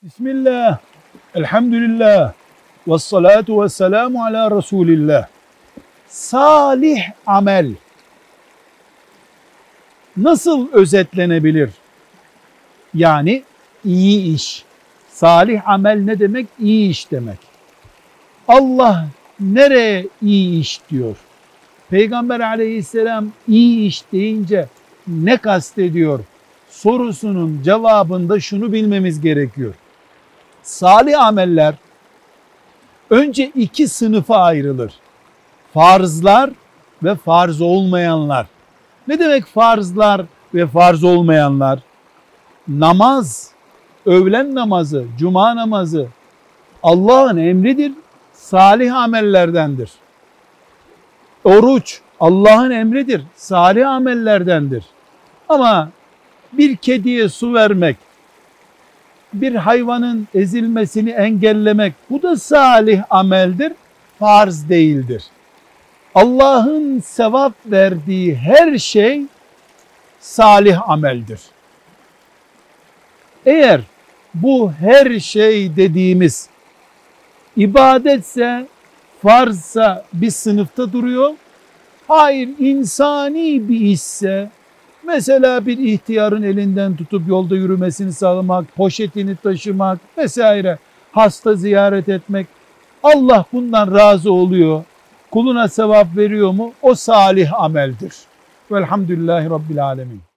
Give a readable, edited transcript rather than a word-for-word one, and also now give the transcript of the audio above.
Bismillah, elhamdülillah, ve salatu ve selamu ala Resulillah. Salih amel nasıl özetlenebilir? Yani iyi iş. Salih amel ne demek? İyi iş demek. Allah nereye iyi iş diyor? Peygamber aleyhisselam iyi iş deyince ne kastediyor? Sorusunun cevabında şunu bilmemiz gerekiyor. Salih ameller önce iki sınıfa ayrılır. Farzlar ve farz olmayanlar. Ne demek farzlar ve farz olmayanlar? Namaz, öğlen namazı, cuma namazı Allah'ın emridir, salih amellerdendir. Oruç Allah'ın emridir, salih amellerdendir. Ama bir kediye su vermek, bir hayvanın ezilmesini engellemek, bu da salih ameldir, farz değildir. Allah'ın sevap verdiği her şey salih ameldir. Eğer bu her şey dediğimiz ibadetse, farzsa bir sınıfta duruyor. Hayır, insani bir işse, mesela bir ihtiyarın elinden tutup yolda yürümesini sağlamak, poşetini taşımak vesaire, hasta ziyaret etmek, Allah bundan razı oluyor, kuluna sevap veriyor mu? O salih ameldir. Velhamdülillahi Rabbil Alemin.